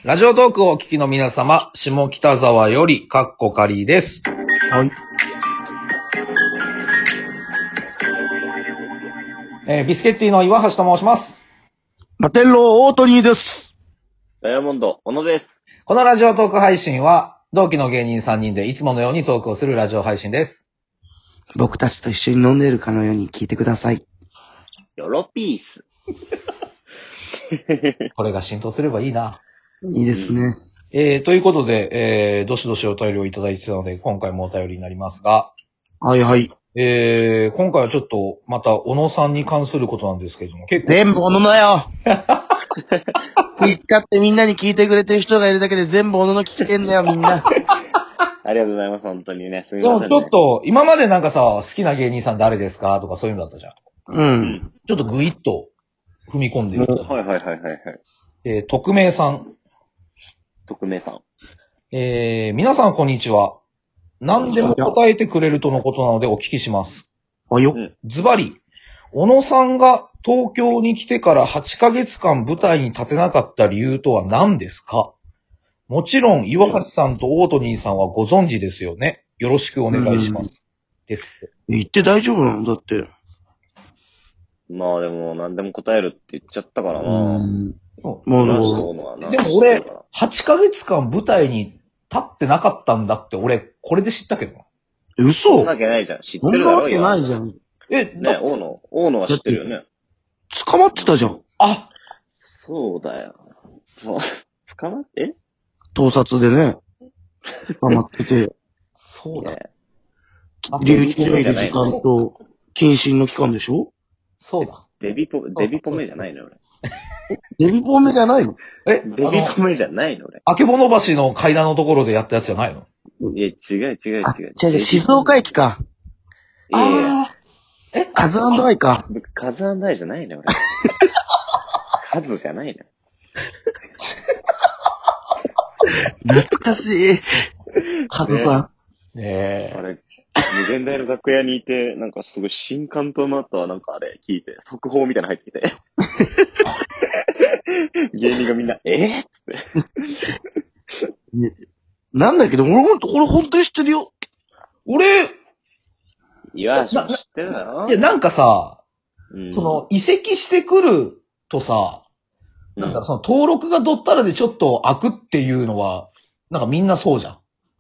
ラジオトークをお聞きの皆様、下北沢より、かっこかりです。 はい。 ビスケッティの岩橋と申します。 マテンローオートニーです。 ダイヤモンド、小野です。 このラジオトーク配信は、同期の芸人3人でいつものようにトークをするラジオ配信です。 僕たちと一緒に飲んでいるかのように聞いてください。 ヨロピース。 これが浸透すればいいな。 いいですね。 ということで、どしどしお便りをいただいてたので、今回もお便りになりますが、 はいはい。 今回はちょっと、また、小野さんに関することなんですけれども、結構。 全部小野だよ気使ってみんなに聞いてくれてる人がいるだけで全部小野の聞けんだよ、みんな。 ありがとうございます、本当にね。すみでもません、ね。 ちょっと、今までなんかさ、好きな芸人さん誰ですかとかそういうのだったじゃん。 うん。 ちょっとグイッと踏み込んでいく。 はいはいはいはいはい。 匿名さん。 匿名さん。 皆さんこんにちは。何でも答えてくれるとのことなのでお聞きします。 あよ。 ズバリ、小野さんが東京に来てから8ヶ月間舞台に立てなかった理由とは何ですか？もちろん、岩橋さんとオートニーさんはご存知ですよね。よろしくお願いします。ですって。 言って大丈夫なのだって。 まあでも、何でも答えるって言っちゃったからな。 もう、 でも俺、8ヶ月間舞台に立ってなかったんだって俺、これで知ったけどな。 嘘そんなわけないじゃん。知ってるだろ。 そんなわけないじゃん。 ね、大野は知ってるよね。 捕まってたじゃん。 あ、 そうだよ。そう。捕まって？ 盗撮でね。捕まってて。 そうだ。 留置名で時間と、謹慎の期間でしょ？ そうだ。 デビポメじゃないの俺。 デビポメじゃないの？ デビポメじゃないの俺。 あけぼの橋の階段のところでやったやつじゃないの？ いや、違う。 違う、静岡駅か。 いやカズ&アイか。 カズ&アイじゃないの俺。カズじゃないの。 懐かしい。カズさん。ねえ。 あれ、無限大の楽屋にいて、なんかすごい新刊との後はなんかあれ聞いて、速報みたいなの入ってきて。芸人がみんな、つって。 なんだけど、俺本当に知ってるよ。 俺、 岩橋も知ってるだろ？ いや、なんかさ、 うんその、移籍してくるとさ、なんかその登録がどったらでちょっと開くっていうのは、なんかみんなそうじゃん。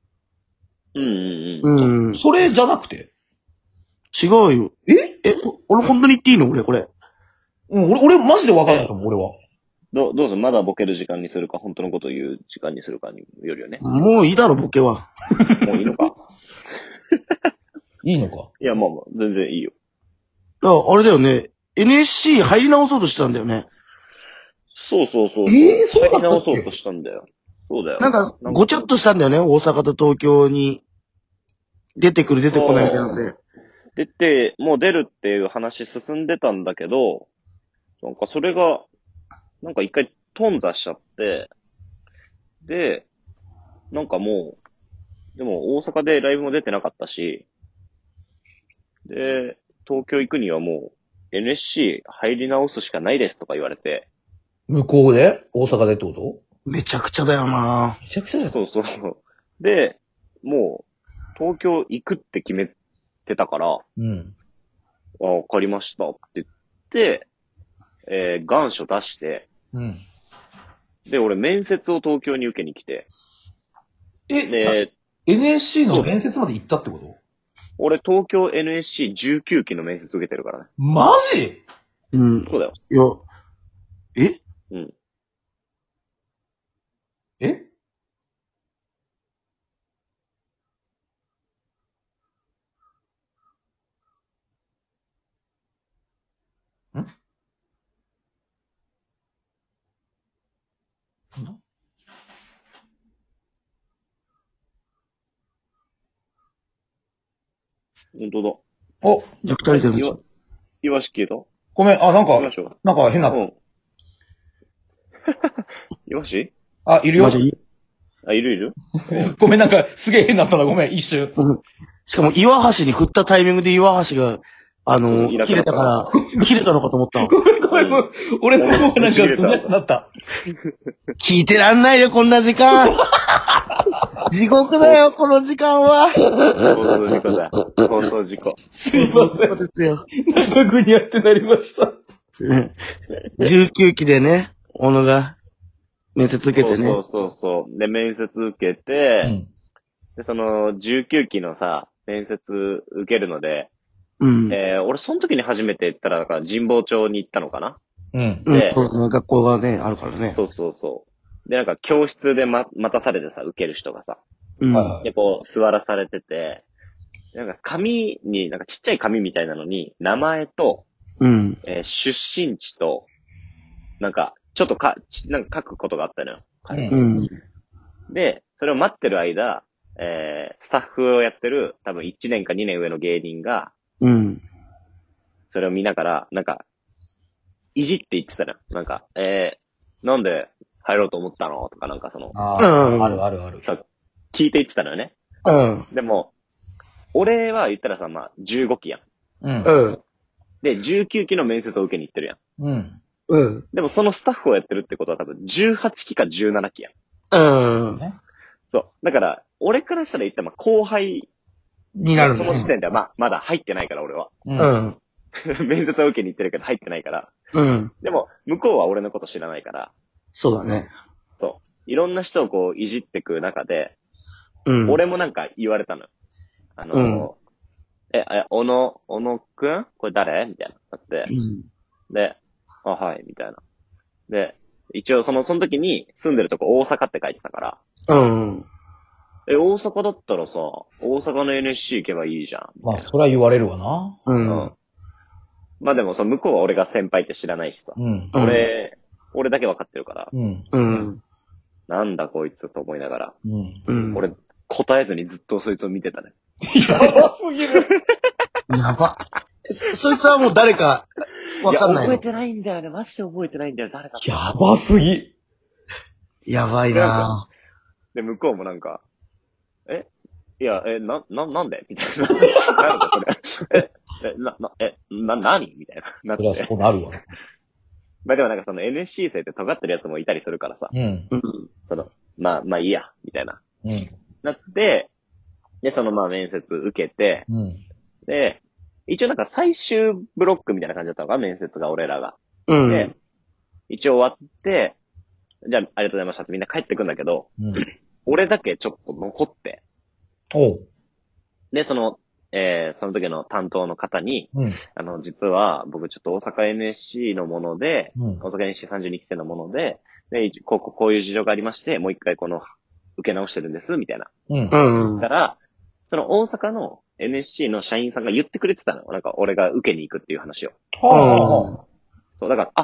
それじゃなくて違うよ。俺本当に言っていいのこれ。 俺マジで分からないと思う、俺は。 どうぞ、まだボケる時間にするか、本当のことを言う時間にするかによるよね。 もういいだろ、ボケは。 もういいのか。 いいのか。 いや、まあ、全然いいよ。 あれだよね。NSC 入り直そうとしてたんだよね。 そう。 そうだったっけ？ 入り直そうとしたんだよ。そうだよ。 なんか、ごちゃっとしたんだよね。大阪と東京に。出てくる、出てこないみたいなので。 もう出るっていう話進んでたんだけど、なんかそれが、なんか一回頓挫しちゃって、で、なんかもう、でも大阪でライブも出てなかったし、で、東京行くにはもう NSC 入り直すしかないですとか言われて。 向こうで大阪でってこと？ めちゃくちゃだよな。 めちゃくちゃだよ。 そう。で、もう、東京行くって決めてたから、わかりましたって言って、願書出して、で、俺面接を東京に受けに来て、 NSC の面接まで行ったってこと？ 俺東京 NSC19 期の面接受けてるからね。 マジ？ そうだよ。 いや、 本当だ。 じゃあ二人で岩橋消えた？ ごめん、なんか変な。 岩橋？ いるよ。 いるごめん、なんかすげえ変だったな、ごめん、一瞬。 しかも岩橋に振ったタイミングで岩橋が、 切れたから、切れたのかと思ったわ。 ごめん。俺の方がなんか、なった。 聞いてらんないよ、こんな時間。地獄だよ、この時間は。 放送事故だ。放送事故。 すいません。 そうですよ。 長くにやってなりました。 19期でね、小野が面接受けてね。 そう。で、面接受けて、で、その、19期のさ、面接受けるので、俺その時に初めて行ったら、神保町に行ったのかな。 で、そう学校がね、あるからね。 そう。で、なんか教室で待たされてさ、受ける人がさ。で、こう、座らされてて、なんか紙に、なんかちっちゃい紙みたいなのに、名前と、出身地と、なんか、ちょっとなんか書くことがあったのよ。で、それを待ってる間、スタッフをやってる、多分1年か2年上の芸人が、それを見ながら、なんか、いじって言ってたのよ。なんか、なんで入ろうと思ったのとか、なんかその、 ある。 聞いて言ってたのよね。でも、俺は言ったらさ、まあ、15期やん。で、19期の面接を受けに行ってるやん。でもそのスタッフをやってるってことは多分18期か17期やん。そう。だから、俺からしたら言ったら、後輩になるその時点ではまだ入ってないから、俺は。面接を受けに行ってるけど入ってないから。でも、向こうは俺のこと知らないから。 そうだね。 そう。いろんな人をこう、いじってく中で、俺もなんか言われたの。小野くんこれ誰みたいな。だって。で、はい、みたいな。で、一応その時に住んでるとこ大阪って書いてたから。大阪だったらさ、大阪の NSC 行けばいいじゃん。 まあ、それは言われるわな。 まあでも、向こうは俺が先輩って知らないしさ。俺だけ分かってるから。なんだこいつと思いながら。俺、答えずにずっとそいつを見てたね。 やばすぎる。 やば。そいつはもう誰か、わかんないの。 覚えてないんだよね。マジで覚えてないんだよ。誰だやばすぎ。 やばいなぁ。で、向こうもなんか、なんでみたいな。なんだそれ。何みたいな。 そりゃそうなるわ。 まあでもなんかその NSC 生って尖ってるやつもいたりするからさ。まあいいや、みたいな。なって、で、そのまあ面接受けて、で、一応なんか最終ブロックみたいな感じだったのか、面接が俺らが。で、一応終わって、じゃあありがとうございましたってみんな帰ってくんだけど、俺だけちょっと残って、で、その時の担当の方に、実は僕ちょっと大阪 NSC のもので、大阪 NSC32 期生のもので、こういう事情がありまして、もう一回受け直してるんです、みたいな。だから、その大阪の NSC の社員さんが言ってくれてたの。なんか俺が受けに行くっていう話を。そう、だから、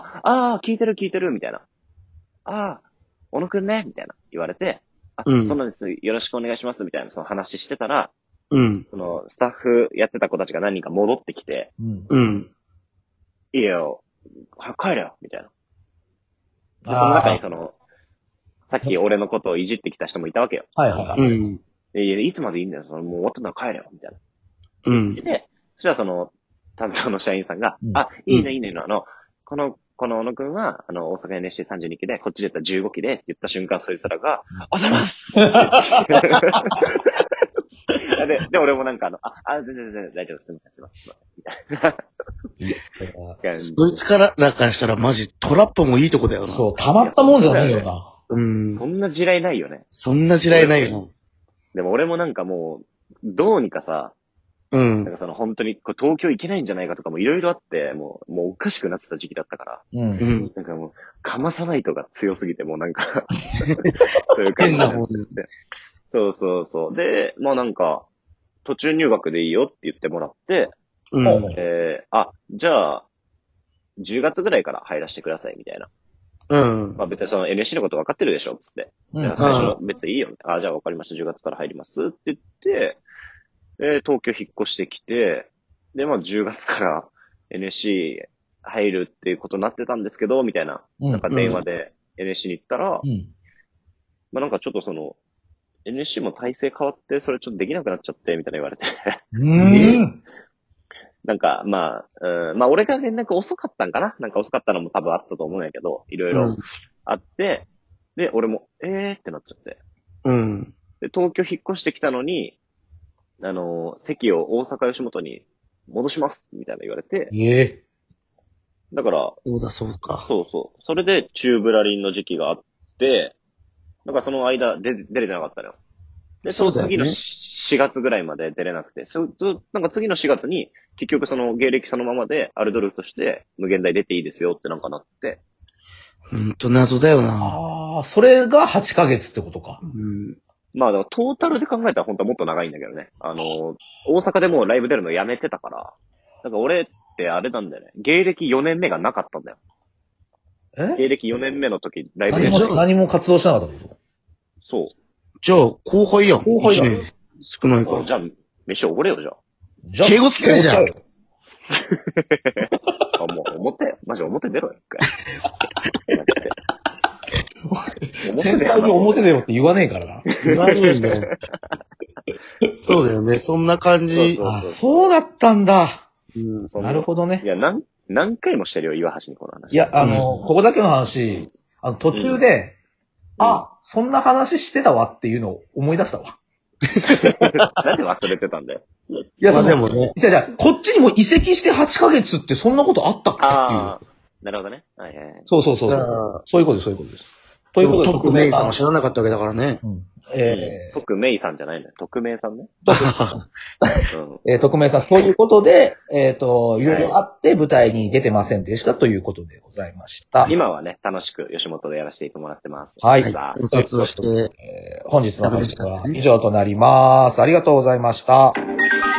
聞いてる、みたいな。小野くんね、みたいな言われて、そうなんです、よろしくお願いします、みたいなその話してたら、そのスタッフやってた子たちが何人か戻ってきて、いいよ、帰れよ、みたいな。で、その中にさっき俺のことをいじってきた人もいたわけよ。いつまでいいんだよ、もう終わったんだから帰れよ、みたいな。で、そしたらその、担当の社員さんが、いいね、この小野くんは、大阪 NSC32 期で、こっちで言ったら15期で、言った瞬間、そいつらが、おざますで、俺もなんか全然大丈夫です、すみません、みたいな。 そいつからしたらマジトラップもいいとこだよな。 そう、たまったもんじゃないよな。 そんな地雷ないよね。 そんな地雷ないよな。 でも俺もなんかもう、どうにかさ、なんか本当に、東京行けないんじゃないかとかもいろいろあって、もうおかしくなってた時期だったから。なんかもう、かまさないとが強すぎて、もうなんかそういう感じで。そう。で、まあなんか、途中入学でいいよって言ってもらって、じゃあ、10月ぐらいから入らせてください、みたいな。まあ別にその NSC のこと分かってるでしょ、つって。最初、別にいいよ。じゃあ分かりました、10月から入りますって言って、東京引っ越してきて、で、まあ10月から NSC 入るっていうことになってたんですけど、みたいな。なんか電話で NSC に行ったら、まあなんかちょっとNSC も体制変わって、それちょっとできなくなっちゃって、みたいな言われて。 なんか、まあ、まあ俺が連絡遅かったんかななんか遅かったのも多分あったと思うんやけど、いろいろあって、で、俺も、ってなっちゃって。 うん。 で、東京引っ越してきたのに、席を大阪吉本に戻しますみたいな言われて。だから、 そうだそうか。 そうそう。それで、チューブラリンの時期があって、だからその間出れてなかったのよ。で、その次の4月ぐらいまで出れなくて、なんか次の4月に、結局その芸歴そのままで、アルドルフとして無限大出ていいですよってなんかなって。 謎だよな。 ああ、それが8ヶ月ってことか。 うん。 まあ、だからトータルで考えたら本当はもっと長いんだけどね。大阪でもうライブ出るのやめてたから、だから俺ってあれなんだよね。芸歴4年目がなかったんだよ。芸歴4年目の時、ライブで何も活動しなかったってこと？ そう。 じゃあ、後輩やん。 後輩やん。 少ないから。じゃあ、飯おごれよ、じゃあ。 じゃあ、敬語つけないじゃん。 あ、もう、マジ表出ろよ、一回。先輩に表出ろって言わねえからな。 言わねえんだよ。そうだよね、そんな感じ。 あ、そうだったんだ。なるほどね。 いや、何回もしてるよ、岩橋にこの話。 いや、ここだけの話、途中で、そんな話してたわっていうのを思い出したわ。 なんで忘れてたんだよ。 いや、でもね。じゃあ、こっちにも移籍して8ヶ月ってそんなことあったっけっていう。 なるほどね。はいはい。 そう。そういうことです、そういうことです。 ということで、徳明さんは知らなかったわけだからね。 徳明さんじゃないのよ。徳明さんね。 徳明さん、そういうことで、いろいろあって舞台に出てませんでしたということでございました。 今はね、楽しく吉本でやらせてもらってます。 はい。 して、 本日の話は以上となります。ありがとうございました。